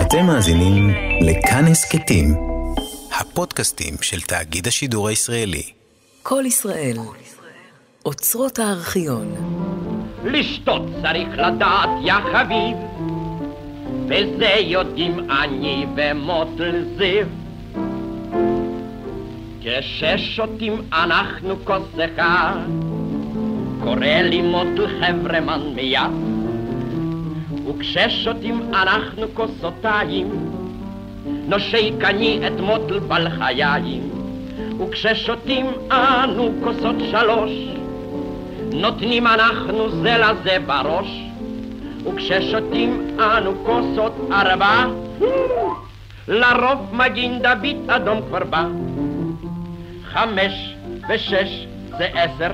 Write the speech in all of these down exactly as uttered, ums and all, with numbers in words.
אתם מאזינים לכאן הסכתים, הפודקאסטים של תאגיד השידור הישראלי. כל ישראל, אוצרות הארכיון. לשתות צריך לדעת יא חביב, וזה יודעים אני ומוטל זיו. כששותים אנחנו כוס אחד, קורא לי מוטל חברמן מיד. וכששותים אנחנו כוסותיים, נושק אני את מוטל בלחיים. וכששותים אנו כוסות שלוש, נותנים אנחנו זה לזה בראש. וכששותים אנו כוסות ארבע, לרוב מגין דוד אדום כבר בא. חמש ושש זה עשר,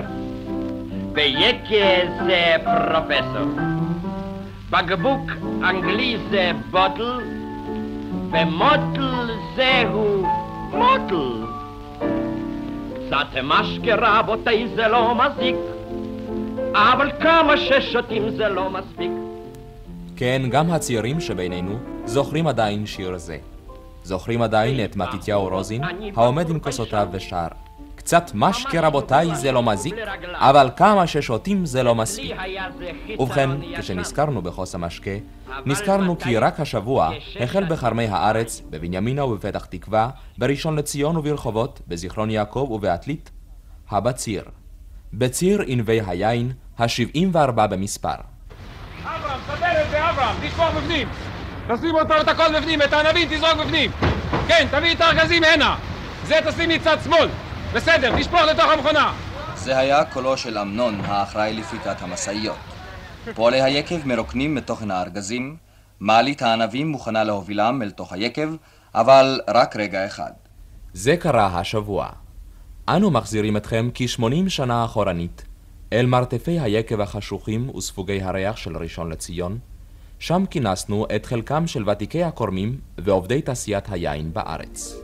ויקה זה פרופסור. בקבוק אנגלי זה בוטל, ומוטל זהו מוטל. קצת משקה רבותיי זה לא מזיק, אבל כמה ששותים זה לא מספיק. כן, גם הצעירים שבינינו זוכרים עדיין שיר זה. זוכרים עדיין את מתתיהו רוזין, העומד עם כוסותיו ושר. קצת משקה רבותיי זה לא מזיק, אבל כמה ששותים זה לא מספיק. ובכן, כשנזכרנו בחוס המשקה, נזכרנו כי רק השבוע החל בחרמי הארץ, בבנימינה ובפתח תקווה, בראשון לציון וברחובות, בזיכרון יעקב ובעתלית, הבציר. בציר ענבי היין, ה-שבעים וארבע במספר. אברהם, סדר את זה אברהם, תשפוך בפנים. תשים אותו את הכל בפנים, את הענבים תזרוק בפנים. כן, תביא את הארגזים הנה. זה תשים מצד שמאל. בסדר, תשפוך לתוך המכונה. זה היה קולו של אמנון, האחראי לפיקת המשאיות. פועלי היקב מרוקנים מתוכן הארגזים, מעלית הענבים מוכנה להובילם אל תוך היקב, אבל רק רגע אחד. זה קרה השבוע. אנו מחזירים אתכם כ-שמונים שנה אחורנית, אל מרתפי היקב החשוכים וספוגי הריח של ראשון לציון. שם כינסנו את חלקם של ותיקי הקורמים ועובדי תעשיית היין בארץ.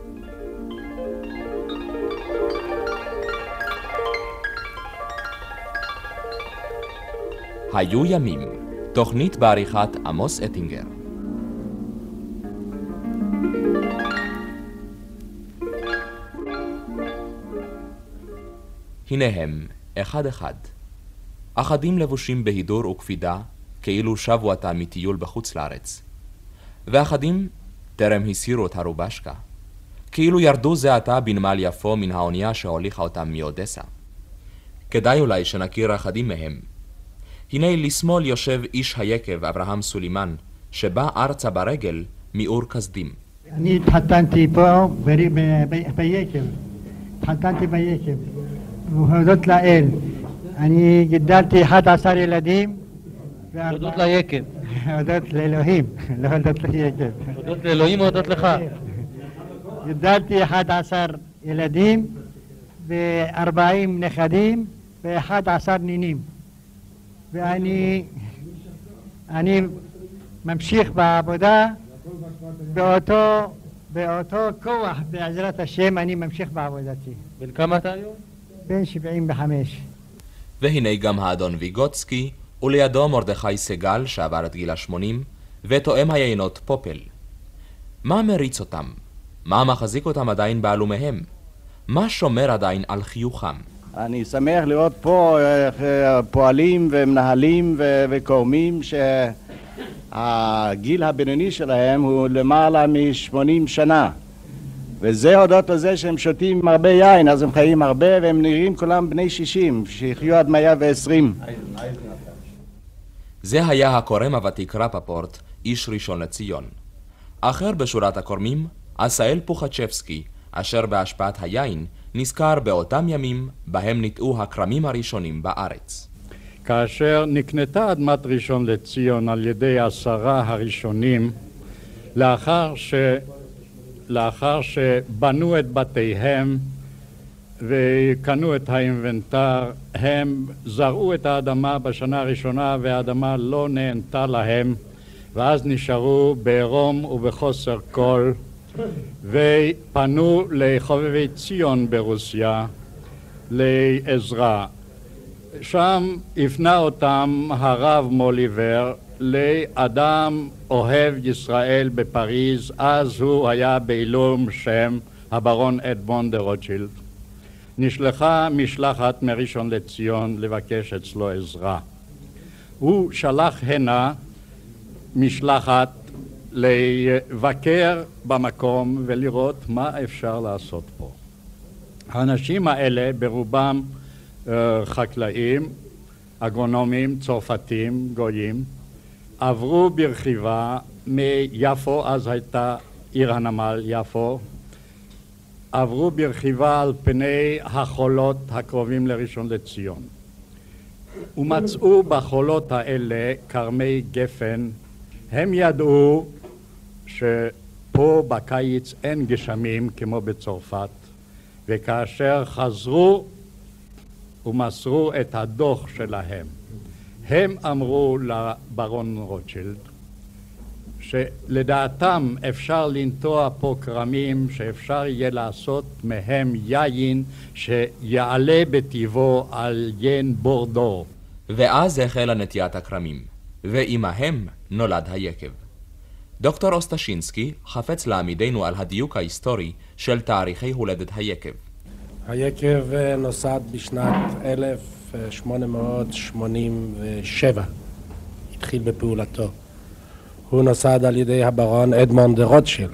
היו ימים, תוכנית בעריכת עמוס אטינגר. הנה הם, אחד אחד. אחדים לבושים בהידור וקפידה, כאילו שבו עתה מטיול בחוץ לארץ. ואחדים טרם הסירו את הרובשקה, כאילו ירדו זה עתה בנמל יפו מן האונייה שהוליכה אותם מאודסה. כדאי אולי שנכיר אחדים מהם. הנה לשמאל יושב איש היקב אברהם סולימן, שבא ארצה ברגל מאור כסדים. אני התחתנתי פה ביקב, התחתנתי ביקב, והודות לאל. אני גידלתי אחד עשר ילדים. הודות ליקב. הודות לאלוהים, לא הודות ליקב. הודות לאלוהים או הודות לך? גידלתי אחד עשר ילדים, וארבעים נכדים, ואחד עשר נינים. ואני אני ממשיך בעבודה באותו באותו כוח, בעזרת השם אני ממשיך בעבודתי. בן כמה אתה היום? בן שבעים וחמש. והנה גם האדון ויגוצקי, ולידו מרדכי סגל שעבר את גיל השמונים, ותואם היינות פופל. מה מריץ אותם? מה מחזיק אותם עדיין בעלומיהם? מה שומר עדיין על חיוכם? אני שמח לראות פה פועלים ומנהלים וקורמים שהגיל הבינוני שלהם הוא למעלה מ-שמונים שנה, וזה הודות לזה שהם שותים הרבה יין, אז הם חיים הרבה והם נראים כולם בני שישים, שיחיו עד מאה ועשרים. זה היה הקורם הוותיק רפפורט, איש ראשון לציון. אחר בשורת הקורמים, עשאל פוחצ'בסקי, אשר בהשפעת היין נזכר באותם ימים בהם ניטעו הכרמים הראשונים בארץ. כאשר נקנתה אדמת ראשון לציון על ידי עשרה הראשונים, לאחר ש... לאחר שבנו את בתיהם וקנו את האינבנטר, הם זרעו את האדמה בשנה הראשונה והאדמה לא נהנתה להם, ואז נשארו בעירום ובחוסר כל, ופנו לחובבי ציון ברוסיה לעזרה. שם הפנה אותם הרב מוליבר לאדם אוהב ישראל בפריז, אז הוא היה בעילום שם הברון אדמונד דה רוטשילד. נשלחה משלחת מראשון לציון לבקש אצלו עזרה. הוא שלח הנה משלחת לבקר במקום ולראות מה אפשר לעשות פה. האנשים האלה ברובם uh, חקלאים, אגרונומים, צרפתים, גויים, עברו ברכיבה מיפו, אז הייתה עיר הנמל יפו, עברו ברכיבה על פני החולות הקרובים לראשון לציון. ומצאו בחולות האלה כרמי גפן. הם ידעו שפה בקיץ אין גשמים כמו בצרפת, וכאשר חזרו ומסרו את הדוח שלהם, הם אמרו לברון רוטשילד שלדעתם אפשר לנטוע פה כרמים שאפשר יהיה לעשות מהם יין שיעלה בטבעו על יין בורדו. ואז החלה נטיית הכרמים, ועמהם נולד היקב. דוקטור אוסטשינסקי חפץ להעמידנו על הדיוק ההיסטורי של תאריכי הולדת היקב. היקב נוסד בשנת אלף שמונה מאות שמונים ושבע, התחיל בפעולתו. הוא נוסד על ידי הברון אדמונד דה רוטשילד,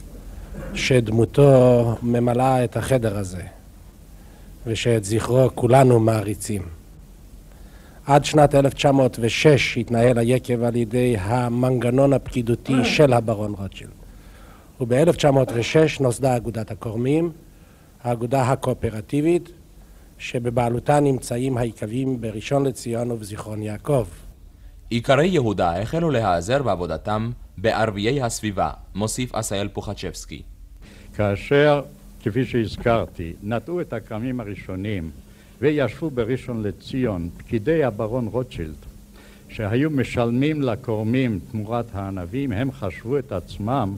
שדמותו ממלאה את החדר הזה, ושאת זכרו כולנו מעריצים. עד שנת אלף תשע מאות ושש התנהל היקב על ידי המנגנון הפקידותי של הברון רוטשילד. וב-אלף תשע מאות ושש נוסדה אגודת הכורמים, האגודה הקואופרטיבית, שבבעלותה נמצאים היקבים בראשון לציון ובזיכרון יעקב. עיקרי יהודה החלו להיעזר בעבודתם בערביי הסביבה, מוסיף עשאל פוחצ'בסקי. כאשר, כפי שהזכרתי, נטעו את הכרמים הראשונים וישבו בראשון לציון פקידי הברון רוטשילד, שהיו משלמים לכורמים תמורת הענבים, הם חשבו את עצמם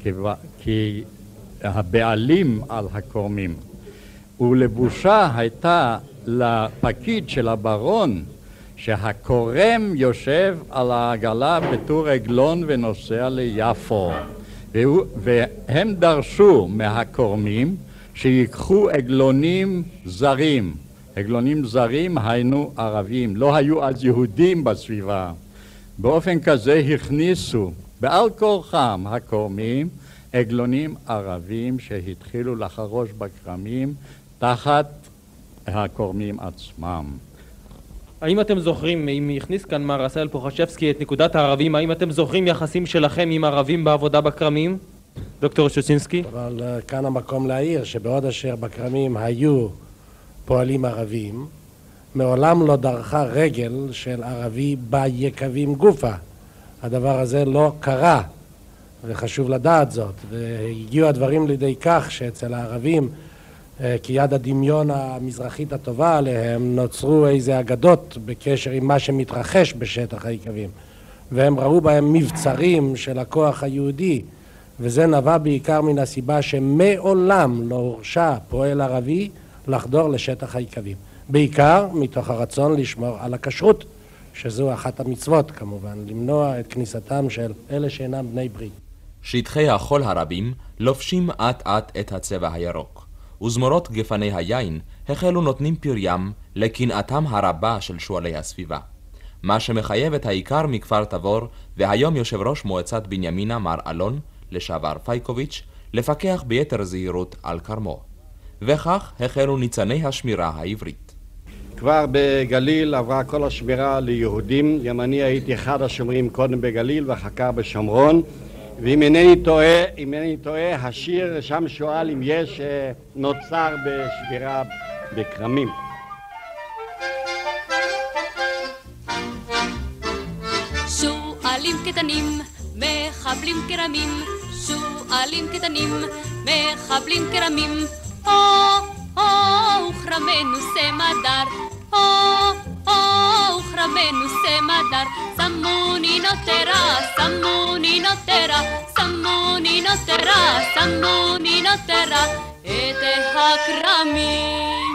כבעלים על הכורמים. ולבושה הייתה לפקיד של הברון שהכורם יושב על העגלה בטור עגלון ונוסע ליפו, והם דרשו מהכורמים שיקחו עגלונים זרים. עגלונים זרים היינו ערבים, לא היו אז יהודים בסביבה. באופן כזה הכניסו בעל כורחם הכורמים עגלונים ערבים שהתחילו לחרוש בכרמים תחת הכורמים עצמם. האם אתם זוכרים, אם הכניס כאן מר עשאל פוחצ'בסקי את נקודת הערבים, האם אתם זוכרים יחסים שלכם עם ערבים בעבודה בכרמים? דוקטור אוסטשינסקי? אבל כאן המקום להעיר שבעוד אשר בכרמים היו פועלים ערבים, מעולם לא דרכה רגל של ערבי ביקבים גופה. הדבר הזה לא קרה, וחשוב לדעת זאת. והגיעו הדברים לידי כך שאצל הערבים, כיד הדמיון המזרחית הטובה עליהם, נוצרו איזה אגדות בקשר עם מה שמתרחש בשטח היקבים. והם ראו בהם מבצרים של הכוח היהודי, וזה נבע בעיקר מן הסיבה שמעולם לא הורשה פועל ערבי לחדור לשטח היקבים. בעיקר מתוך הרצון לשמור על הכשרות, שזו אחת המצוות כמובן, למנוע את כניסתם של אלה שאינם בני ברית. שטחי החול הרבים לובשים אט אט את הצבע הירוק, וזמורות גפני היין החלו נותנים פריים לקנאתם הרבה של שואלי הסביבה. מה שמחייב את העיקר מכפר תבור, והיום יושב ראש מועצת בנימינה מר אלון, לשעבר פייקוביץ', לפקח ביתר זהירות על כרמו. וכך החלו ניצני השמירה העברית. כבר בגליל עברה כל השמירה ליהודים. גם אני הייתי אחד השומרים קודם בגליל ואחר כך בשומרון. ואם אינני טועה, אם אינני טועה, השיר שם שואל אם יש נוצר בשבירה בכרמים. שואלים קטנים, מחבלים כרמים, שואלים קטנים, מחבלים כרמים. או, או, וכרמנו סמדר, או, או, וכרמנו סמדר. סמוני נותרה, סמוני נותרה, סמוני נותרה, סמוני נותרה את הכרמים.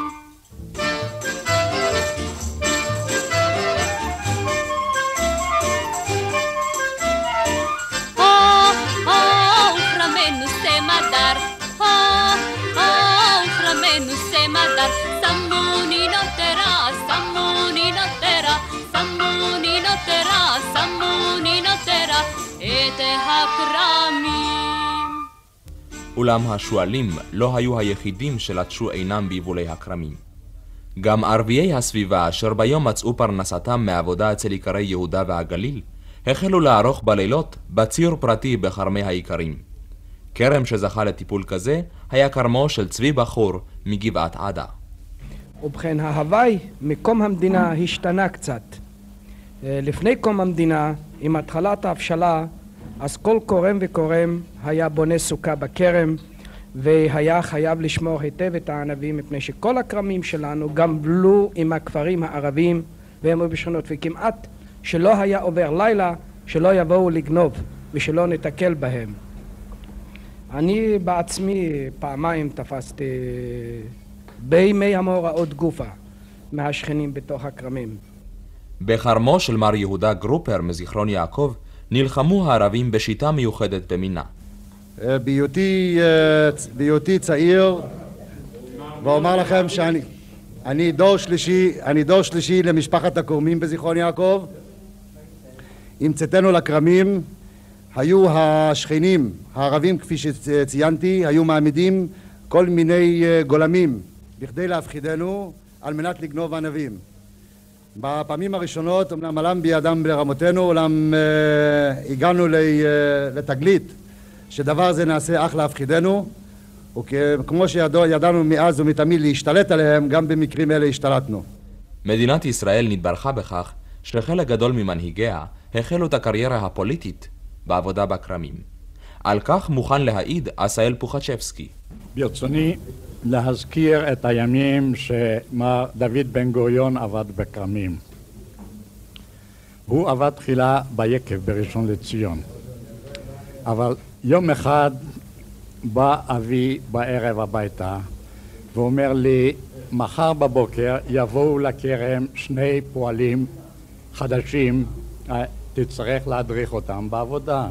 את הכרמים. אולם השועלים לא היו היחידים שלטשו עינם ביבולי הכרמים. גם ערביי הסביבה, אשר ביום מצאו פרנסתם מעבודה אצל עיקרי יהודה והגליל, החלו לערוך בלילות בציר פרטי בכרמי העיקרים. כרם שזכה לטיפול כזה היה כרמו של צבי בחור מגבעת עדה. ובכן, ההוואי מקום המדינה השתנה קצת. לפני קום המדינה, עם התחלת ההבשלה, אז כל קורם וקורם היה בונה סוכה בכרם, והיה חייב לשמור היטב את הענבים, מפני שכל הכרמים שלנו גמלו עם הכפרים הערבים, והם היו בשכונות, וכמעט שלא היה עובר לילה שלא יבואו לגנוב ושלא נתקל בהם. אני בעצמי פעמיים תפסתי בימי המאורעות גופה מהשכנים בתוך הכרמים. בחרמו של מר יהודה גרופר מזיכרון יעקב נלחמו הערבים בשיטה מיוחדת במינה. בהיותי בהיותי צעיר, ואומר לכם שאני אני דור שלישי, אני דור שלישי למשפחת הכורמים בזיכרון יעקב. עם צאתנו לכרמים, היו השכנים הערבים, כפי שציינתי, היו מעמידים כל מיני גולמים בכדי להפחידנו על מנת לגנוב ענבים. בפעמים הראשונות אמנם עלם בידם לרמותינו, אולם uh, הגענו לתגלית שדבר זה נעשה אך להפחידנו, וכמו שידענו מאז ומתמיד להשתלט עליהם, גם במקרים אלה השתלטנו. מדינת ישראל נתברכה בכך שחלק גדול ממנהיגיה החלו את הקריירה הפוליטית בעבודה בכרמים. על כך מוכן להעיד עשאל פוחצ'בסקי. ברצוני להזכיר את הימים שמר דוד בן גוריון עבד בכרמים. הוא עבד תחילה ביקב בראשון לציון, אבל יום אחד בא אבי בערב הביתה ואומר לי, מחר בבוקר יבואו לכרם שני פועלים חדשים, תצטרך להדריך אותם בעבודה.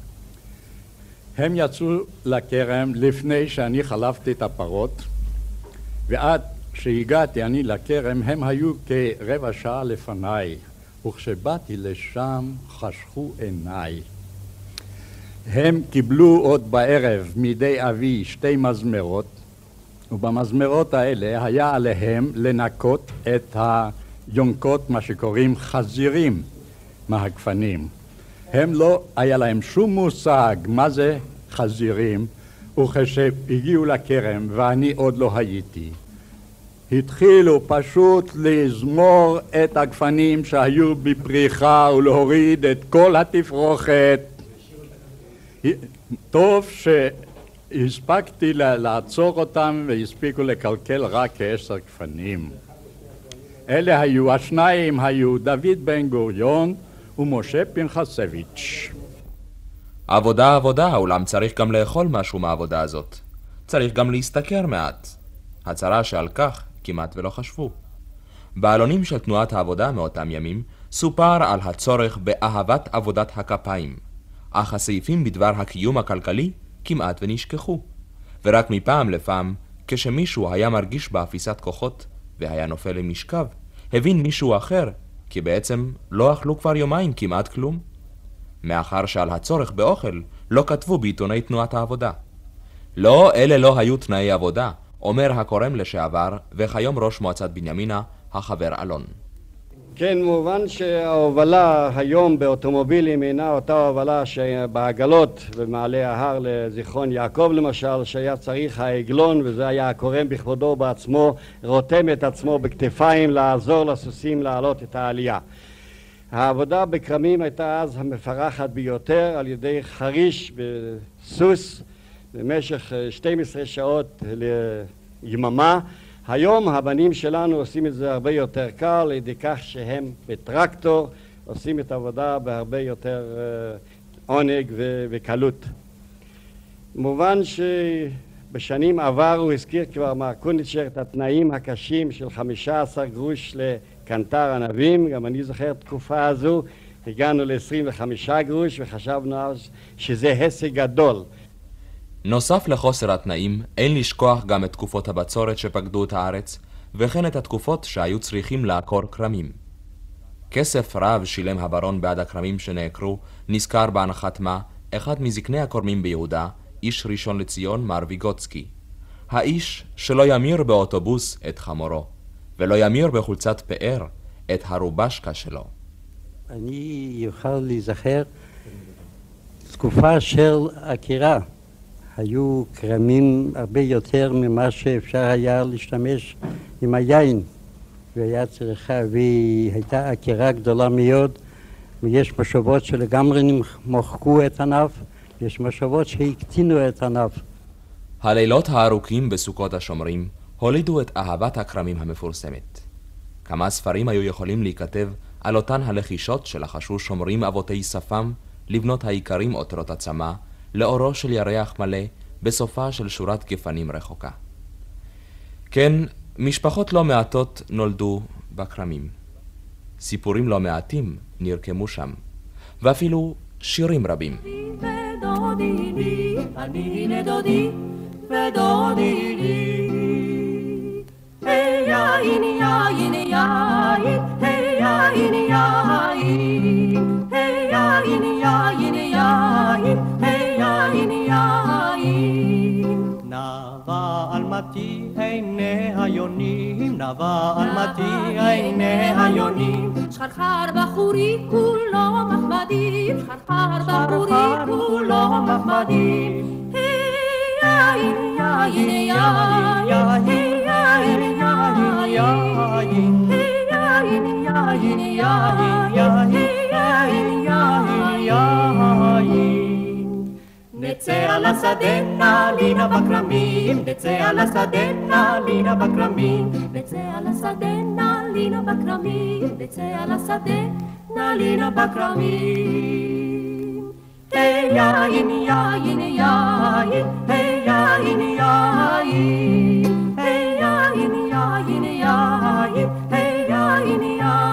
הם יצאו לכרם לפני שאני חלפתי את הפרות, ועד שהגעתי אני לכרם הם היו כרבע שעה לפניי, וכשבאתי לשם חשכו עיניי. הם קיבלו עוד בערב מידי אבי שתי מזמרות, ובמזמרות האלה היה עליהם לנקות את היונקות, מה שקוראים חזירים, מהגפנים. הם לא היה להם שום מושג מה זה חזירים, וכשהגיעו לכרם ואני עוד לא הייתי, התחילו פשוט לזמור את הגפנים שהיו בפריחה ולהוריד את כל התפרוחת. טוב שהספקתי לעצור אותם והספיקו לקלקל רק כעשר גפנים. אלה היו, השניים היו דוד בן גוריון ומשה פנחסביץ'. עבודה עבודה, אולם צריך גם לאכול משהו מהעבודה הזאת. צריך גם להסתכר מעט. הצרה שעל כך כמעט ולא חשבו. בעלונים של תנועת העבודה מאותם ימים סופר על הצורך באהבת עבודת הכפיים, אך הסעיפים בדבר הקיום הכלכלי כמעט ונשכחו. ורק מפעם לפעם, כשמישהו היה מרגיש באפיסת כוחות והיה נופל למשכב, הבין מישהו אחר כי בעצם לא אכלו כבר יומיים כמעט כלום. מאחר שעל הצורך באוכל לא כתבו בעיתוני תנועת העבודה. לא, אלה לא היו תנאי עבודה, אומר הקורם לשעבר וכיום ראש מועצת בנימינה, החבר אלון. כן, מובן שההובלה היום באוטומובילים אינה אותה הובלה שבעגלות במעלה ההר לזיכרון יעקב למשל, שהיה צריך העגלון, וזה היה הקורם בכבודו בעצמו, רותם את עצמו בכתפיים לעזור לסוסים לעלות את העלייה. העבודה בכרמים הייתה אז המפרחת ביותר, על ידי חריש בסוס במשך שתים עשרה שעות ליממה. היום הבנים שלנו עושים את זה הרבה יותר קל, לידי כך שהם בטרקטור עושים את העבודה בהרבה יותר עונג וקלות. מובן שבשנים עבר הוא הזכיר כבר מר קוניצ'ר את התנאים הקשים של חמישה עשר גרוש לקנטר ענבים. גם אני זוכר תקופה הזו, הגענו ל-עשרים וחמישה גרוש וחשבנו אז שזה הישג גדול. נוסף לחוסר התנאים, אין לשכוח גם את תקופות הבצורת שפקדו את הארץ, וכן את התקופות שהיו צריכים לעקור כרמים. כסף רב שילם הברון בעד הכרמים שנעקרו, נזכר בהנחת מה אחד מזקני הכורמים ביהודה, איש ראשון לציון מר ויגוצקי. האיש שלא ימיר באוטובוס את חמורו, ולא ימיר בחולצת פאר את הרובשקה שלו. אני יוכל להיזכר תקופה של עקירה. היו כרמים הרבה יותר ממה שאפשר היה להשתמש עם היין, והיה צריכה, והייתה עקירה גדולה מאוד, ויש מושבות שלגמרי מוחקו את ענף, יש מושבות שהקטינו את ענף. הלילות הארוכים בסוכות השומרים הולידו את אהבת הכרמים המפורסמת. כמה ספרים היו יכולים להיכתב על אותן הלחישות שלחשו שומרים אבותי שפם לבנות העיקרים עוטרות עצמה לאורו של ירח מלא בסופה של שורת גפנים רחוקה. כן, משפחות לא מעטות נולדו בכרמים. סיפורים לא מעטים נרקמו שם, ואפילו שירים רבים. ודודי לי, אני לדודי, ודודי לי. היי יין יין יין, היי יין יין, היי יין יין יין, היי יין יין. נבע אלמתי עיני היונים, נבע אלמתי עיני היונים. שחרחר בחורי כולו מחמדים, שחרחר בחורי כולו מחמדים. היי יין יין יין, היי יין יין, היי יין יין יין, היי יין יין. נצא על השדה נעלינה בכרמים, נצא על השדה נעלינה בכרמים, נצא על השדה נעלינה בכרמים, נצא על השדה נעלינה בכרמים. היי יין יין יין, היי יין יין, היי יין יין יין, היי יין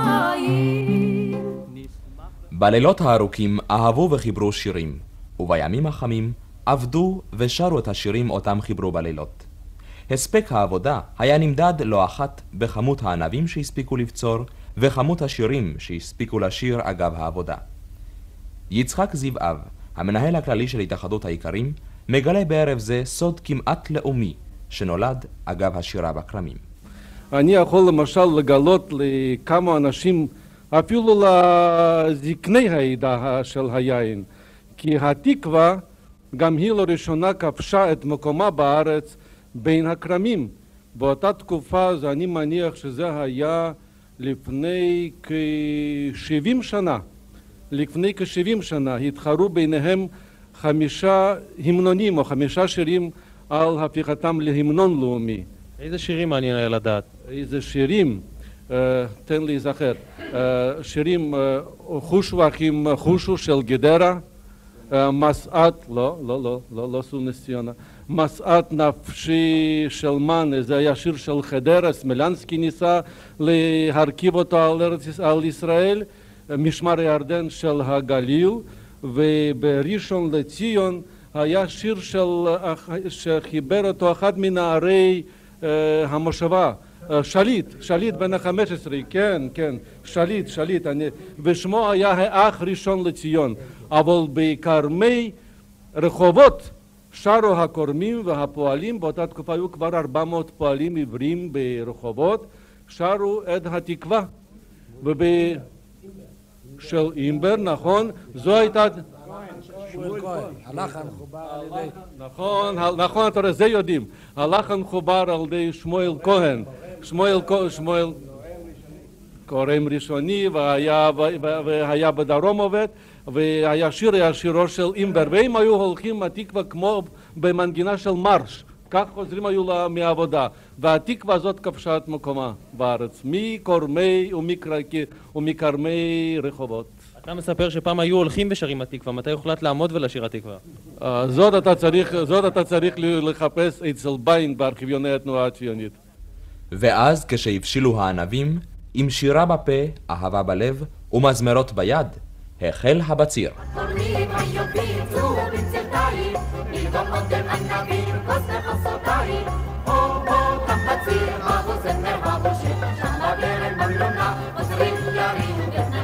יין. בלילות הארוכים אהבו וחיברו שירים, ובימים החמים עבדו ושרו את השירים אותם חיברו בלילות. הספק העבודה היה נמדד לא אחת בכמות הענבים שהספיקו לבצור וכמות השירים שהספיקו לשיר אגב העבודה. יצחק זיו-אב, המנהל הכללי של התאחדות האיכרים, מגלה בערב זה סוד כמעט לאומי שנולד אגב השירה בכרמים. אני יכול למשל לגלות לכמה אנשים, אפילו לזקני העדה של היין, כי התקווה גם היא לראשונה כבשה את מקומה בארץ בין הכרמים. באותה תקופה, זה אני מניח שזה היה לפני כ-שבעים שנה. לפני כ-שבעים שנה התחרו ביניהם חמישה המנונים או חמישה שירים על הפיכתם להמנון לאומי. איזה שירים מעניין היה לדעת? איזה שירים? Uh, תן לי זכר. Uh, שירים uh, חושו אחים חושו של גדרה, uh, מסעת, לא, לא, לא, לא, לא סונס ציונה, מסעת נפשי של מן, זה היה שיר של חדרה, סמלנסקי ניסה להרכיב אותו על, ארץ, על ישראל, משמר הירדן של הגליל, ובראשון לציון היה שיר של, שחיבר אותו אחד מנערי uh, המושבה, שליט, שליט בן ה-חמש עשרה, כן, כן, שליט, שליט, אני, ושמו היה האח ראשון לציון, אבל בכרמי רחובות שרו הכורמים והפועלים, באותה תקופה היו כבר ארבע מאות פועלים עברים ברחובות, שרו את התקווה, וב... של אימבר, נכון, זו הייתה... שמואל כהן, הלחן חובר על ידי... נכון, נכון, אתה רואה, זה יודעים, הלחן חובר על ידי שמואל כהן, שמואל כהן, שמואל כהן ראשוני, והיה בדרום עובד, והיה שיר, היה שירו של אימבר, והם היו הולכים התקווה כמו במנגינה של מרש, כך חוזרים היו מהעבודה, והתקווה הזאת כבשה את מקומה בארץ, מקורמי ומקרמי רחובות. אתה מספר שפעם היו הולכים ושרים התקווה, מתי הוחלט לעמוד ולשיר התקווה? זאת אתה צריך, זאת אתה צריך לחפש אצל ביין בארכיוני התנועה הציונית. ואז כשהבשילו הענבים, עם שירה בפה, אהבה בלב ומזמרות ביד, החל הבציר. הכורמים היובים צאו בצלתיים, מלגום עודם ענבים, כוס וחסותיים. הו הו כאן בציר, אבו זמר ואבו שיר, שם בגרם במלונה, עוזרים ירים ותנאים.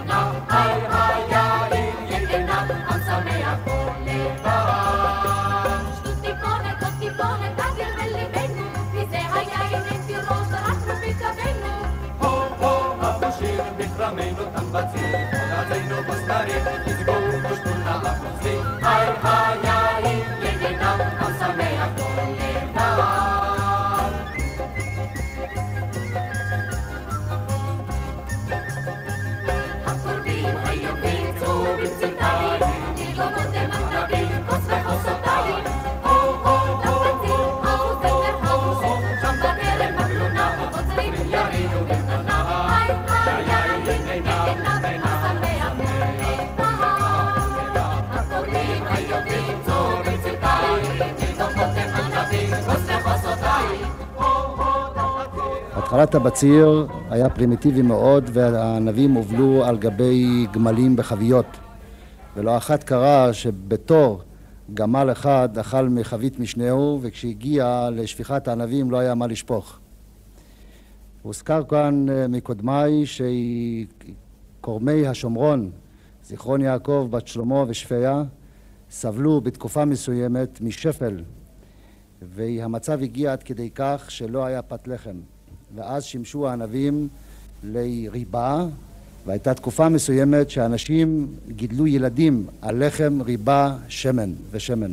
מאכלת הבציר היה פרימיטיבי מאוד, והענבים הובלו על גבי גמלים בחביות. ולא אחת קרה שבתור גמל אחד אכל מחבית משנהו, וכשהגיע לשפיכת הענבים לא היה מה לשפוך. הוזכר כאן מקודמי שקורמי השומרון, זיכרון יעקב, בת שלמה ושפיה, סבלו בתקופה מסוימת משפל, והמצב הגיע עד כדי כך שלא היה פת לחם. ואז שימשו הענבים לריבה, והייתה תקופה מסוימת שאנשים גידלו ילדים על לחם, ריבה, שמן ושמן.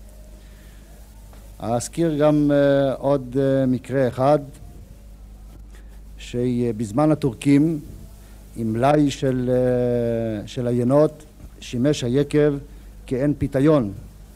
אזכיר גם uh, עוד uh, מקרה אחד, שבזמן הטורקים, עם מלאי של, uh, של עיינות, שימש היקב כאין פיתיון.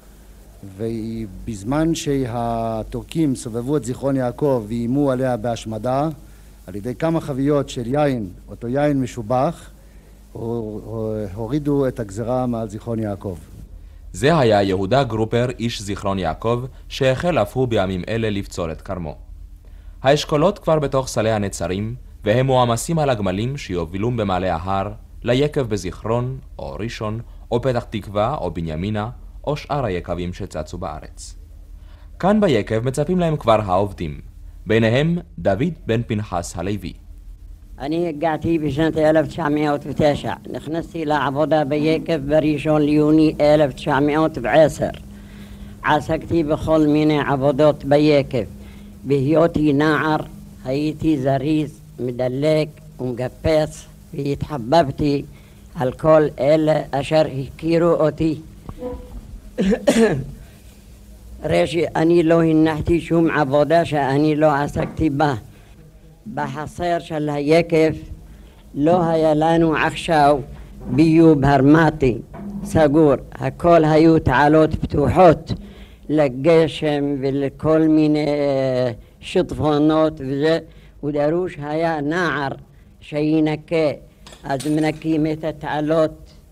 ובזמן שהטורקים סובבו את זיכרון יעקב ואיימו עליה בהשמדה, על ידי כמה חביות של יין, אותו יין משובח, הורידו את הגזרה מעל זיכרון יעקב. זה היה יהודה גרופר, איש זיכרון יעקב, שהחל אף הוא בימים אלה לפצור את כרמו. האשכולות כבר בתוך סלי הנצרים, והם מועמסים על הגמלים שיובילום במעלה ההר, ליקב בזיכרון, או ראשון, או פתח תקווה, או בנימינה, או שאר היקבים שצצו בארץ. כאן ביקב מצפים להם כבר העובדים, ביניהם דוד בן פנחס הלוי. אני הגעתי בשנת אלף תשע מאות ותשע, נכנסתי לעבודה ביקב בראשון ליוני אלף תשע מאות ועשר. עסקתי בכל מיני עבודות ביקב. בהיותי נער הייתי זריז, מדלק ומגפץ, והתחבבתי על כל אלה אשר הכירו אותי. רשי, אני לא הנחתי שום עבודה שאני לא עסקתי בה. בחסר של היקב לא היה לנו עכשיו ביוב הרמטי סגור. הכל היו תעלות פתוחות לגשם ולכל מיני שטפונות וזה, ודרוש היה נער שינקה. אז מנקים את התעלות,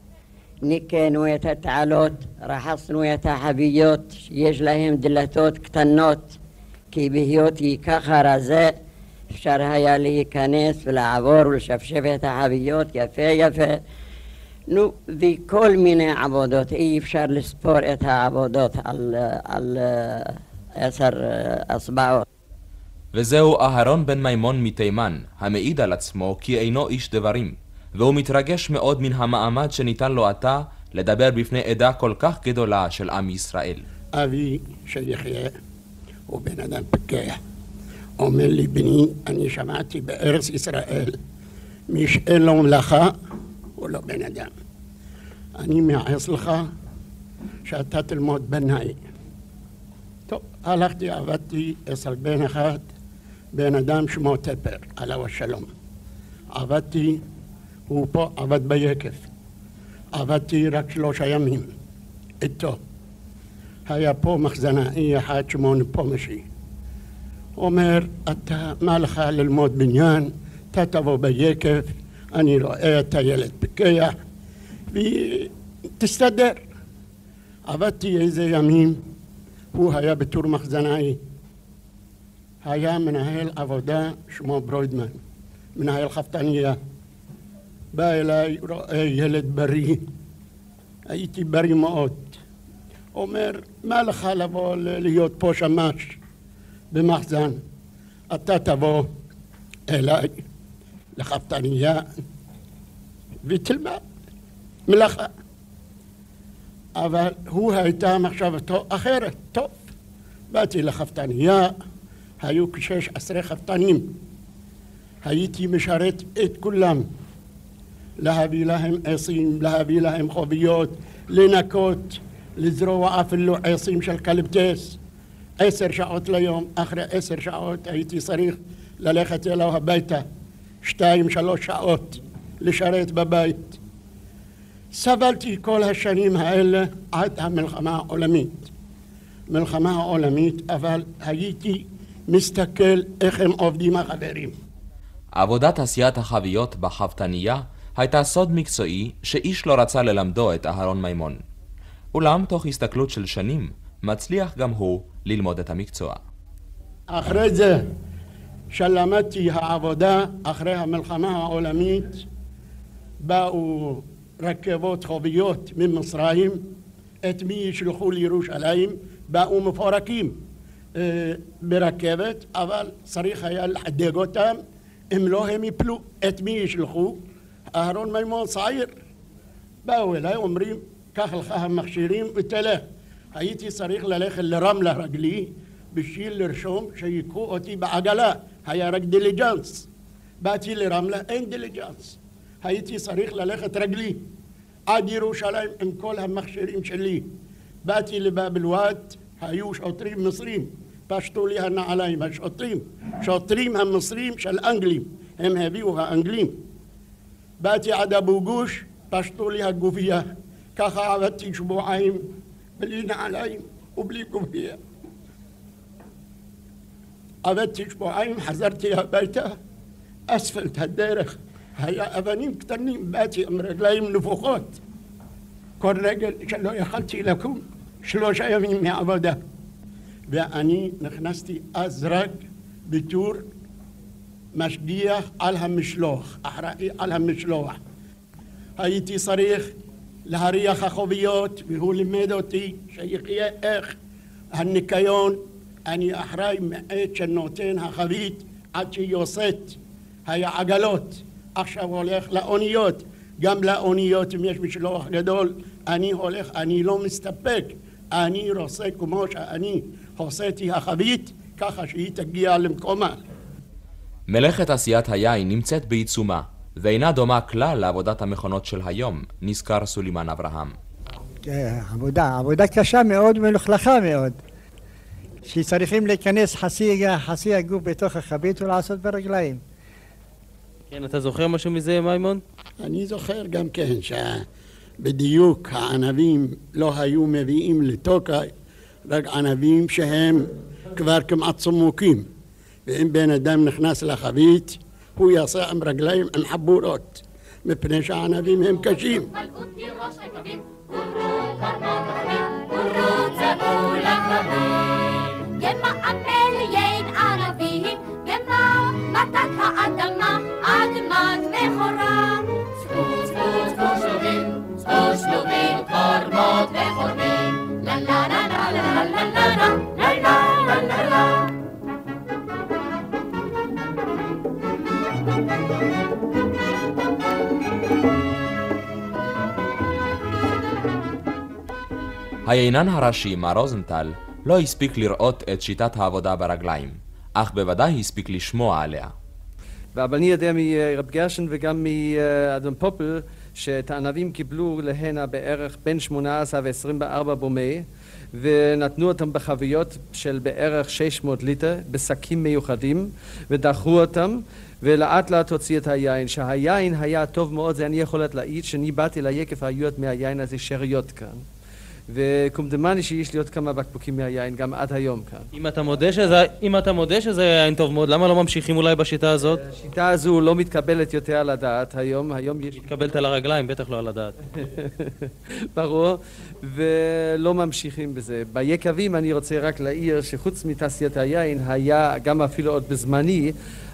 ניקנו את התעלות, רחסנו את החביות, יש להם דלתות קטנות, כי בהיותי ככה רזה, אפשר היה להיכנס ולעבור ולשפשף את החביות יפה יפה. נו, וכל מיני עבודות, אי אפשר לספור את העבודות על, על עשר אצבעות. וזהו אהרון בן מימון מתימן, המעיד על עצמו כי אינו איש דברים, והוא מתרגש מאוד מן המעמד שניתן לו עתה לדבר בפני עדה כל כך גדולה של עם ישראל. אבי שיחיה הוא בן אדם פקח. אומר לי, בני, אני שמעתי בארץ ישראל, מי שאין לו מלאכה הוא לא בן אדם. אני מייעץ לך שאתה תלמוד בנאי. טוב, הלכתי, עבדתי אצל בן אחד, בן אדם שמו טפר, עליו השלום. עבדתי, הוא פה עבד ביקב. עבדתי רק שלושה ימים איתו. היה פה מחזנאי אחד שמו נפומשי. אומר, אתה, מה לך ללמוד בניין? אתה תבוא ביקב, אני רואה את הילד פקח, ותסתדר. עבדתי איזה ימים, הוא היה בתור מחזנאי. היה מנהל עבודה שמו ברוידמן, מנהל חפתניה. בא אליי, רואה ילד בריא, הייתי בריא מאוד. אומר, מה לך לבוא להיות פה שמש במחזן? אתה תבוא אליי לחפתניה ותלמד מלאכה. אבל הוא הייתה מחשבתו אחרת. טוב, באתי לחפתניה, היו כשש עשרה חפתנים. הייתי משרת את כולם, להביא להם עשים, להביא להם חוביות, לנקות, לזרוע אפילו עשים של קליפטס. עשר שעות ליום, אחרי עשר שעות הייתי צריך ללכת אליו הביתה, שתיים, שלוש שעות לשרת בבית. סבלתי כל השנים האלה עד המלחמה העולמית. מלחמה העולמית, אבל הייתי מסתכל איך הם עובדים החברים. עבודת עשיית החביות בחפתניה הייתה סוד מקצועי שאיש לא רצה ללמדו את אהרון מימון. אולם תוך הסתכלות של שנים מצליח גם הוא ללמוד את המקצוע. אחרי זה שלמדתי העבודה אחרי המלחמה העולמית, באו רכבות חוביות ממצרים, את מי ישלחו לירושלים, באו מפורקים אה, ברכבת, אבל צריך היה לחדג אותם, אם לא הם יפלו, את מי ישלחו? אהרון מימון צעיר. באו אליי, אומרים, קח לך המכשירים ותלך. הייתי צריך ללכת לרמלה רגלי, בשביל לרשום שיקחו אותי בעגלה, היה רק דיליג'אנס. באתי לרמלה, אין דיליג'אנס. הייתי צריך ללכת רגלי עד ירושלים עם כל המכשירים שלי. באתי לבאב אל-ואד, היו שוטרים מצרים, פשטו לי הנעליים, השוטרים, שוטרים המצרים של אנגלים, הם הביאו האנגלים. באתי עד אבו גוש, פשטו לי הגופייה, ככה עבדתי שבועיים בלי נעליים ובלי גופייה. עבדתי שבועיים, חזרתי הביתה, אספלט הדרך, היה אבנים קטנים, באתי עם רגליים נפוחות, כל רגל שלא יכלתי לקום, שלושה ימים מעבודה. ואני נכנסתי אז רק בתור משגיח על המשלוח, אחראי על המשלוח. הייתי צריך להריח החוביות, והוא לימד אותי שיחיה איך הניקיון. אני אחראי מעת שנותן החבית עד שהיא יוצאת. היה עגלות, עכשיו הולך לאוניות, גם לאוניות אם יש משלוח גדול, אני הולך, אני לא מסתפק, אני רוצה כמו שאני הוצאתי החבית, ככה שהיא תגיע למקומה. מלאכת עשיית היין נמצאת בעיצומה, ואינה דומה כלל לעבודת המכונות של היום, נזכר סולימן אברהם. עבודה, עבודה קשה מאוד ומלוכלכה מאוד. שצריכים להיכנס חצי, חצי הגוף בתוך החבית ולעשות ברגליים. כן, אתה זוכר משהו מזה, מימון? אני זוכר גם כן שבדיוק הענבים לא היו מביאים לתוקי, רק ענבים שהם כבר כמעט צמוקים. ואם בן אדם נכנס לחבית, הוא יעשה עם רגליים עם חבורות, מפני שהענבים הם קשים. ימעמל ין ערבים, גמר מתת האדמה, אדמת מכורה. ספוס ספוס ספוס שלובים, ספוס שלובים, קורמות וחורבים. לה לה לה לה לה לה לה לה לה לה לה לה. היינן הראשי, מר רוזנטל, לא הספיק לראות את שיטת העבודה ברגליים, אך בוודאי הספיק לשמוע עליה. אבל אני יודע מרב גרשן וגם מאדון פופל שאת הענבים קיבלו להנה בערך בין שמונה עשרה ועשרים וארבע בומי, ונתנו אותם בחביות של בערך שש מאות ליטר בשקים מיוחדים, ודחו אותם ולאט לאט הוציא את היין. שהיין היה טוב מאוד, זה אני יכולת להעיד שאני באתי ליקב היו עוד מהיין הזה שאריות כאן, וקומדמני שיש לי עוד כמה בקבוקים מהיין גם עד היום כאן. אם אתה מודה שזה, אם אתה מודה שזה יין טוב מאוד, למה לא ממשיכים אולי בשיטה הזאת? השיטה הזו לא מתקבלת יותר על הדעת היום, היום יש... מתקבלת על הרגליים, בטח לא על הדעת. ברור, ולא ממשיכים בזה. ביקבים אני רוצה רק להעיר שחוץ מתעשיית היין היה גם אפילו עוד בזמני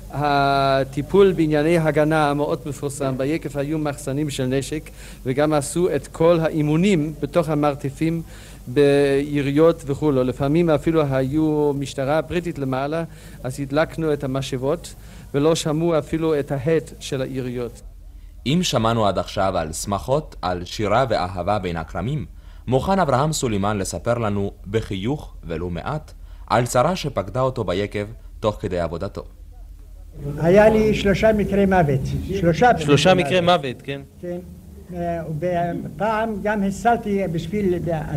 הטיפול בענייני הגנה מאוד מפורסם. ביקב היו מחסנים של נשק וגם עשו את כל האימונים בתוך המרתפים ביריות וכו'. לפעמים אפילו היו משטרה בריטית למעלה, אז הדלקנו את המשאבות ולא שמעו אפילו את ההד של היריות. אם שמענו עד עכשיו על שמחות, על שירה ואהבה בין הכרמים, מוכן אברהם סולימן לספר לנו בחיוך ולא מעט על צרה שפקדה אותו ביקב תוך כדי עבודתו. היה לי שלושה מקרי מוות. שלושה, שלושה מקרי מוות, כן. כן. ופעם גם הסלתי בשביל...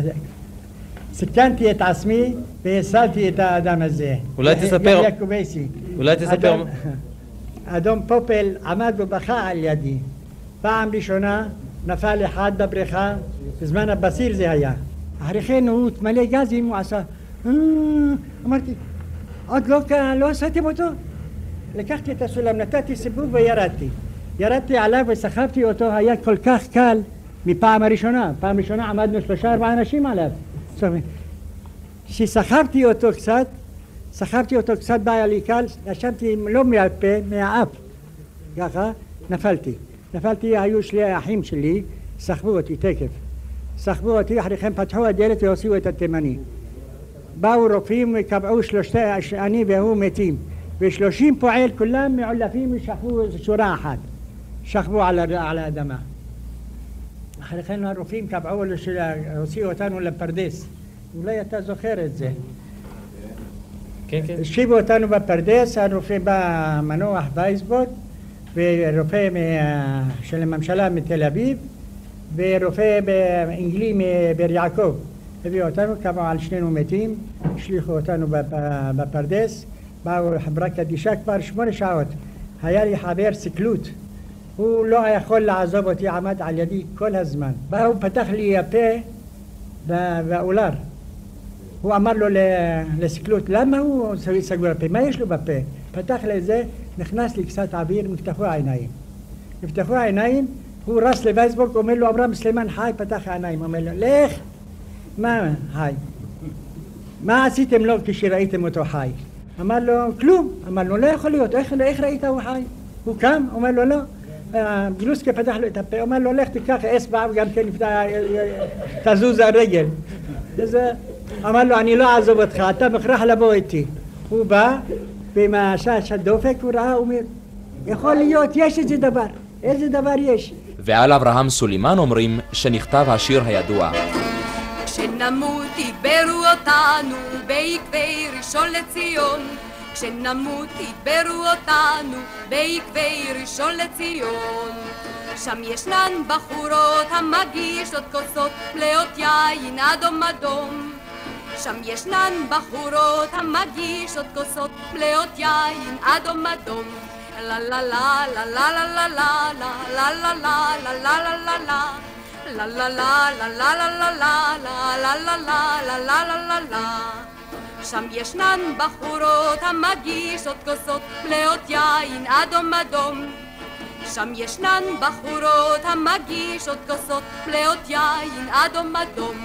סכנתי את עצמי והסלתי את האדם הזה. אולי תספר... יעקובייסי. אולי תספר... אדום פופל עמד ובכה על ידי. פעם ראשונה נפל אחד בבריכה, בזמן הבסיר זה היה. אחרי כן הוא מלא גזים, הוא עשה... אמרתי, עוד לא, לא עשיתם אותו? לקחתי את הסולם, נתתי סיבוב וירדתי. ירדתי עליו וסחבתי אותו, היה כל כך קל מפעם הראשונה. פעם ראשונה עמדנו שלושה ארבעה אנשים עליו. כשסחבתי אותו קצת, סחבתי אותו קצת בעיה לי קל, ישבתי לא מהפה, מהאף, ככה, נפלתי. נפלתי, היו שלי האחים שלי, סחבו אותי תקף. סחבו אותי, אחריכם פתחו הדלת והוציאו את התימני. באו רופאים וקבעו שלושתי, אני והוא מתים. ושלושים פועל כולם מעולפים ושכבו שורה אחת. שכבו על, על האדמה. אחרי כן הרופאים קבעו, הוציאו אותנו לפרדס. אולי אתה זוכר את זה. כן, כן. השיבו אותנו בפרדס, הרופא בא מנוח וייסבורד, ורופא של הממשלה מתל אביב, ורופא באנגלי מבאר יעקב. הביאו אותנו, קבעו על שנינו מתים, השליחו אותנו בפרדס, באו חברה קדישה כבר שמונה שעות. היה לי חבר סקלות. הוא לא יכול לעזוב אותי, עמד על ידי כל הזמן. בא, הוא פתח לי הפה והאולר. הוא אמר לו לסקלות, למה הוא סגור הפה? מה יש לו בפה? פתח לזה, נכנס לי קצת אוויר, נפתחו העיניים. נפתחו העיניים, הוא רס לווייסבורג, אומר לו, אברהם סלימן חי, פתח העיניים, אומר לו, לך. מה חי? מה עשיתם לו כשראיתם אותו חי? אמר לו, כלום. אמר לו, לא יכול להיות, איך, איך ראית הוא חי? הוא קם, אומר לו, לא. גלוסקה פתח לו את הפה, אומר לו, לך תיקח אסבע וגם כן תזוז הרגל. אמר לו, אני לא אעזוב אותך, אתה מכרח לבוא איתי. הוא בא, במשש הדופק, הוא ראה, הוא אומר, יכול להיות, יש איזה דבר, איזה דבר יש. ועל אברהם סולימן אומרים שנכתב השיר הידוע. כשנמות יגברו אותנו בעקבי ראשון לציון, כשנמות יגברו אותנו בעקבי ראשון לציון. שם ישנן בחורות המגישות כוסות מלאות יין אדום אדום. שם ישנן בחורות המגישות כוסות מלאות יין אדום אדום. לה לה לה לה לה לה לה לה לה לה לה לה לה לה לה La la la la la la la la la la la la la la la la. שם ישנן בחורות המגישות כוסות מלאות יין אדום אדום. שם ישנן בחורות המגישות כוסות מלאות יין אדום אדום.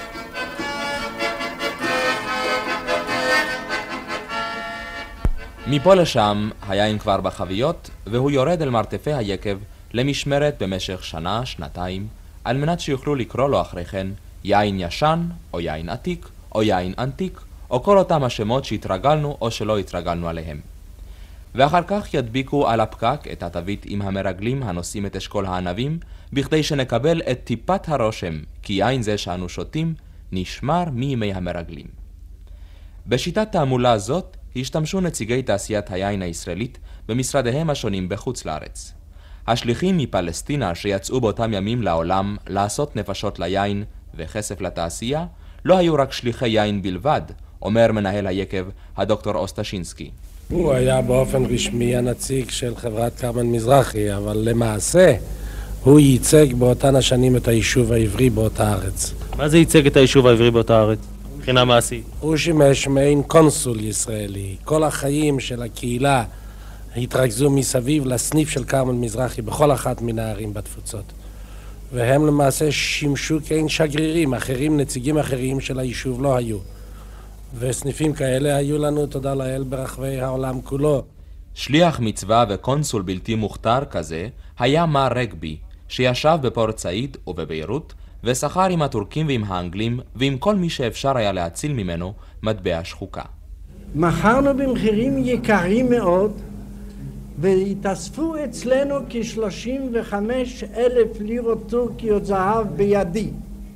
מפה לשם היין כבר בחביות, והוא יורד אל מרתפי היקב למשמרת במשך שנה, שנתיים, על מנת שיוכלו לקרוא לו אחרי כן יין ישן, או יין עתיק, או יין אנטיק, או כל אותם השמות שהתרגלנו או שלא התרגלנו עליהם. ואחר כך ידביקו על הפקק את התווית עם המרגלים הנושאים את אשכול הענבים, בכדי שנקבל את טיפת הרושם, כי יין זה שאנו שותים נשמר מימי המרגלים. בשיטת תעמולה זאת השתמשו נציגי תעשיית היין הישראלית במשרדיהם השונים בחוץ לארץ. השליחים מפלסטינה שיצאו באותם ימים לעולם לעשות נפשות ליין וכסף לתעשייה, לא היו רק שליחי יין בלבד, אומר מנהל היקב הדוקטור אוסטשינסקי. הוא היה באופן רשמי הנציג של חברת קרמן מזרחי, אבל למעשה הוא ייצג באותן השנים את היישוב העברי באותה ארץ. מה זה ייצג את היישוב העברי באותה ארץ? מבחינה מעשית. הוא שימש מעין קונסול ישראלי. כל החיים של הקהילה התרכזו מסביב לסניף של קרמן מזרחי בכל אחת מן הערים בתפוצות. והם למעשה שימשו כאין שגרירים, אחרים, נציגים אחרים של היישוב לא היו. וסניפים כאלה היו לנו, תודה לאל, ברחבי העולם כולו. שליח מצווה וקונסול בלתי מוכתר כזה היה מר רגבי, שישב בפורט סעיד ובביירות, ושכר עם הטורקים ועם האנגלים ועם כל מי שאפשר היה להציל ממנו מטבע שחוקה. מכרנו במחירים יקרים מאוד, והתאספו אצלנו כ-שלושים וחמש אלף לירות טורקיות זהב בידי.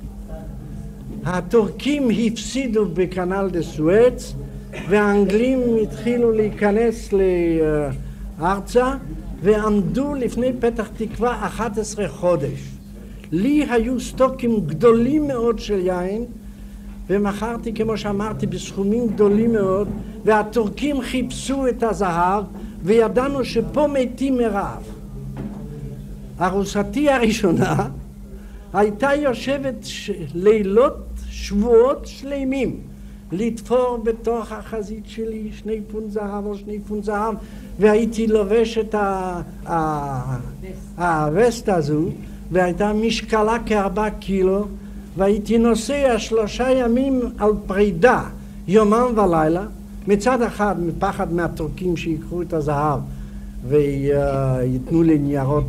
הטורקים הפסידו בקנל דה סואץ, והאנגלים התחילו להיכנס לארצה, ועמדו לפני פתח תקווה אחת עשרה חודש. לי היו סטוקים גדולים מאוד של יין, ומכרתי, כמו שאמרתי, בסכומים גדולים מאוד, והטורקים חיפשו את הזהב, וידענו שפה מתים מרעב. ארוסתי הראשונה הייתה יושבת ש... לילות, שבועות שלמים, לתפור בתוך החזית שלי שני פון זהב או שני פון זהב, והייתי לובש את ה... ה... הווסט הזו, והייתה משקלה כארבע קילו, והייתי נוסע שלושה ימים על פרידה, יומם ולילה, מצד אחד מפחד מהטורקים שיקחו את הזהב וייתנו לי ניירות,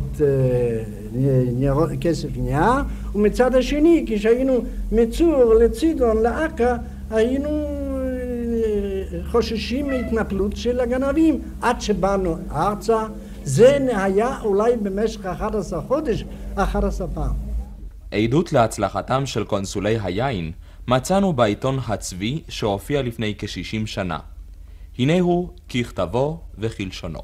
ניירות, כסף נייר, ומצד השני כשהיינו מצור לצידון, לעקה, היינו חוששים מהתנפלות של הגנבים עד שבאנו ארצה. זה היה אולי במשך אחד עשר חודש, אחד עשר פעם. עדות להצלחתם של קונסולי היין מצאנו בעיתון הצבי שהופיע לפני כ-שישים שנה. הנה הוא ככתבו וכלשונו.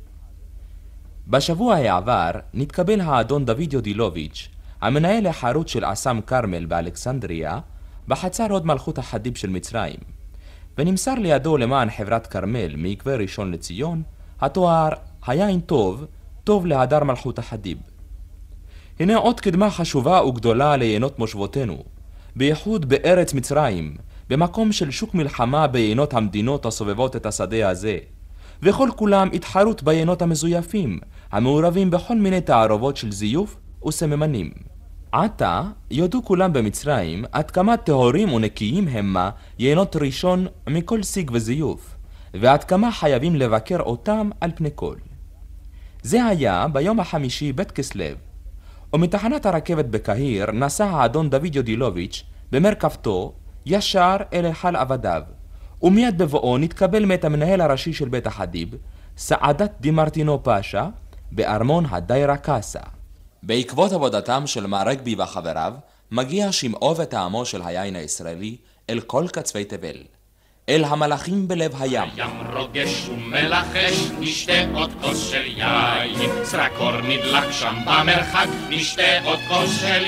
בשבוע העבר נתקבל האדון דוד יודילוביץ', המנהל החרוץ של אסם קרמל באלכסנדריה, בחצר הוד מלכות החדיב של מצרים, ונמסר לידו למען חברת קרמל מעקבי ראשון לציון התואר היין טוב, טוב להדר מלכות החדיב. הנה עוד קדמה חשובה וגדולה ליינות מושבותינו, בייחוד בארץ מצרים, במקום של שוק מלחמה ביינות המדינות הסובבות את השדה הזה, וכל כולם התחרות ביינות המזויפים, המעורבים בכל מיני תערובות של זיוף וסממנים. עתה יודו כולם במצרים עד כמה טהורים ונקיים המה יינות ראשון מכל שיג וזיוף, ועד כמה חייבים לבקר אותם על פני כל. זה היה ביום החמישי בית כסלו, ומתחנת הרכבת בקהיר נסע האדון דוד יודילוביץ' במרכבתו ישר אל היכל עבדיו, ומיד בבואו נתקבל מאת המנהל הראשי של בית החדיב, סעדת דימרטינו פאשה, בארמון הדיירה קאסה. בעקבות עבודתם של מר רגבי וחבריו, מגיע שמעו וטעמו של היין הישראלי אל כל קצווי תבל, אל המלאכים בלב הים. הים רוגש ומלחש, נשתה עוד כוס של יין, סרקור נדלק שם במרחק, נשתה עוד כוס של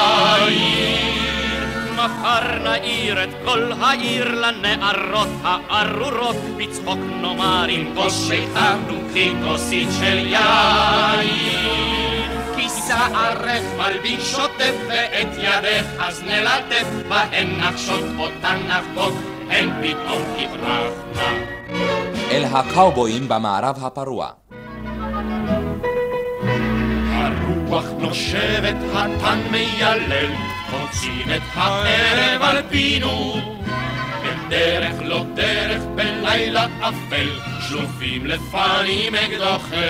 יין. מחר נעיר את כל העיר לנערות הארורות, בצחוק נאמר עם כוס שלנו, קחי כוסית של יין. כי שערך מלבין שוטף ואת ידך אז נלטף, בהן נחשות אותן נחבוק, הן פתאום תברחנה. אל הקאובויים במערב הפרוע. הרוח נושבת, התן מיילל, מוצאים את הערב על פינו. בדרך לא דרך בלילה אפל, שלופים לפנים אקדוחנו.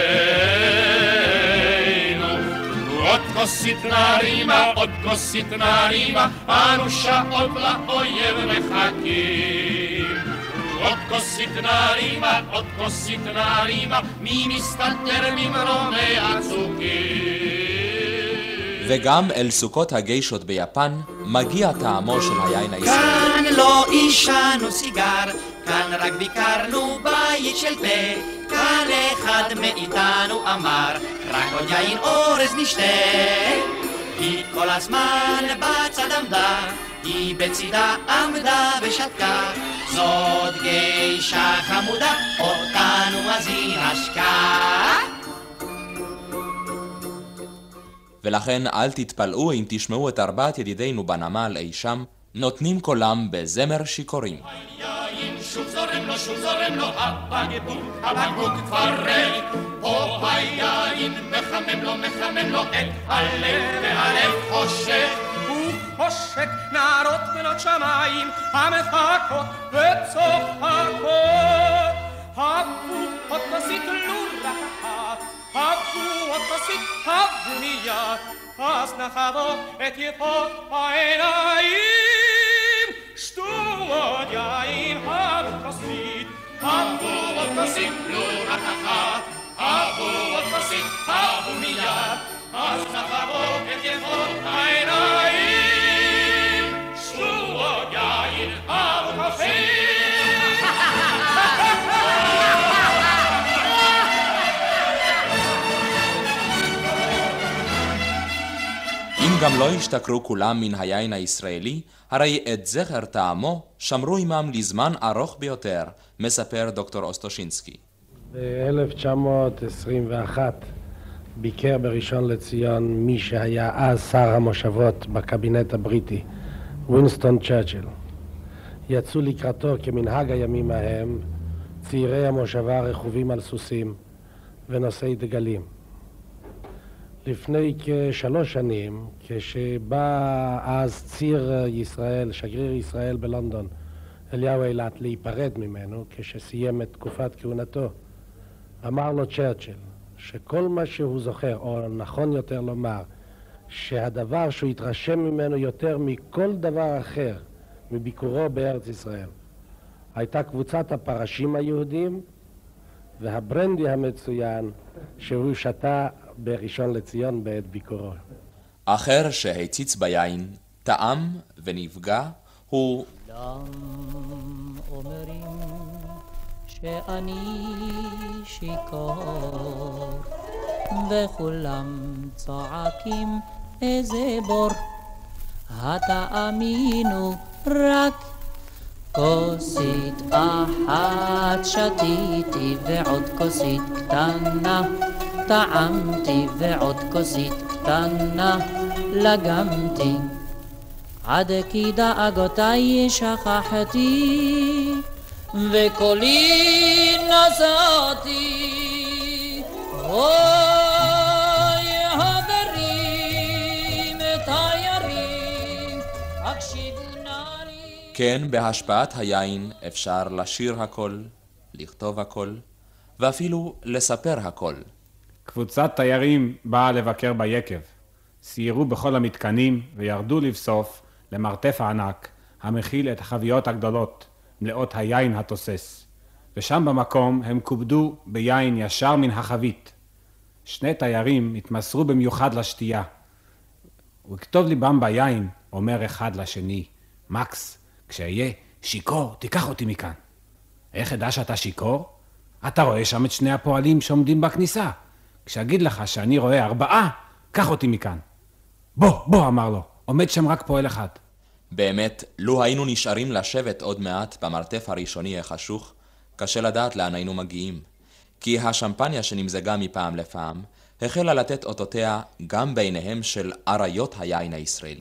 עוד כוסית נרימה, עוד כוסית נרימה, אנו שעות לאויב מחכים. עוד כוסית נרימה, עוד כוסית נרימה, מי מסתתר ממרומי הצוקים. וגם אל סוכות הגיישות ביפן מגיע טעמו של היין הישראלי. כאן לא עישנו סיגר, כאן רק ביקרנו בית של פה, כאן אחד מאיתנו אמר, רק עוד יין אורז נשתה. היא כל הזמן בצד עמדה, היא בצידה עמדה ושתקה, זאת גיישה חמודה, אותנו אז היא השקה. ולכן אל תתפלאו אם תשמעו את ארבעת ידידינו בנמל אי שם נותנים קולם בזמר שיכורים. היין שוב זורם לו, שוב זורם לו, הבקבוק, הבקבוק כבר ריק. פה היין מחמם לו, מחמם לו את הלב, והלב חושק. הוא חושק נערות בנות שמיים המחכות וצוחקות. הבו עוד כוסית לולה אחת, הבו עוד כוסית, הבו מיד, אז נחבוק את יפות העיניים. שתו עוד יין, הבו כוסית, הבו עוד כוסית לולה אחת, הבו עוד כוסית, הבו מיד, אז נחבוק את יפות העיניים. שתו עוד יין, הבו כוסית. אם גם לא השתכרו כולם מן היין הישראלי, הרי את זכר טעמו שמרו עמם לזמן ארוך ביותר, מספר דוקטור אוסטושינסקי. ב-אלף תשע מאות עשרים ואחת ביקר בראשון לציון מי שהיה אז שר המושבות בקבינט הבריטי, ווינסטון צ'רצ'יל. יצאו לקראתו כמנהג הימים ההם צעירי המושבה רכובים על סוסים ונושאי דגלים. לפני כשלוש שנים, כשבא אז ציר ישראל, שגריר ישראל בלונדון, אליהו אילת להיפרד ממנו כשסיים את תקופת כהונתו. אמר לו צ'רצ'יל שכל מה שהוא זוכר, או נכון יותר לומר, שהדבר שהוא התרשם ממנו יותר מכל דבר אחר מביקורו בארץ ישראל הייתה קבוצת הפרשים היהודים והברנדי המצוין שהוא שתה בראשון לציון בעת ביקורו. אחר שהציץ ביין, טעם ונפגע הוא אומרים שאני שיכור וכולם צועקים איזה בור, התאמינו רק כוסית אחת שתיתי ועוד כוסית קטנה טעמתי ועוד כוסית קטנה לגמתי עד כי דאגותיי שכחתי וקולי נסעתי. אוי חברים תיירים הקשיבו נא לי. כן, בהשפעת היין אפשר לשיר הכל, לכתוב הכל ואפילו לספר הכל. קבוצת תיירים באה לבקר ביקב. סיירו בכל המתקנים וירדו לבסוף למרתף הענק המכיל את החביות הגדולות מלאות היין התוסס. ושם במקום הם קובדו ביין ישר מן החבית. שני תיירים התמסרו במיוחד לשתייה. וכתוב ליבם ביין, אומר אחד לשני, מקס, כשאהיה שיקור, תיקח אותי מכאן. איך ידע שאתה שיקור? אתה רואה שם את שני הפועלים שעומדים בכניסה. כשאגיד לך שאני רואה ארבעה, קח אותי מכאן. בוא, בוא, אמר לו, עומד שם רק פועל אחד. באמת, לו היינו נשארים לשבת עוד מעט במרתף הראשוני החשוך, קשה לדעת לאן היינו מגיעים. כי השמפניה שנמזגה מפעם לפעם, החלה לתת אותותיה גם ביניהם של עריות היין הישראלי.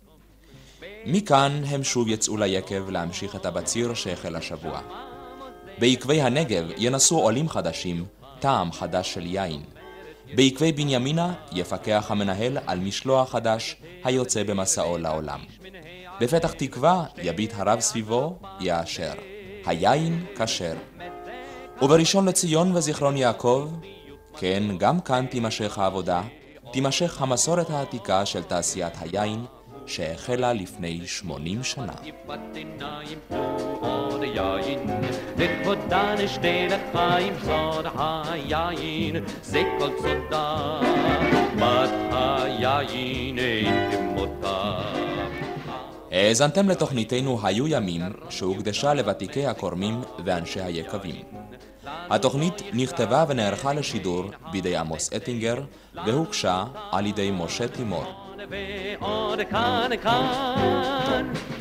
מכאן הם שוב יצאו ליקב להמשיך את הבציר שהחל השבוע. בעקבי הנגב ינסו עולים חדשים, טעם חדש של יין. בעקבי בנימינה יפקח המנהל על משלוח חדש היוצא במסעו לעולם. בפתח תקווה יביט הרב סביבו יאשר, היין כשר. ובראשון לציון וזיכרון יעקב, כן, גם כאן תימשך העבודה, תימשך המסורת העתיקה של תעשיית היין שהחלה לפני שמונים שנה. וכבודה נשתה לחיים סוד היין, זה כל סודה, בת היין אין כמותה. האזנתם לתוכניתנו היו ימים שהוקדשה לוותיקי הקורמים ואנשי היקבים. התוכנית נכתבה ונערכה לשידור בידי עמוס אטינגר והוגשה על ידי משה תימור. ועוד כאן כאן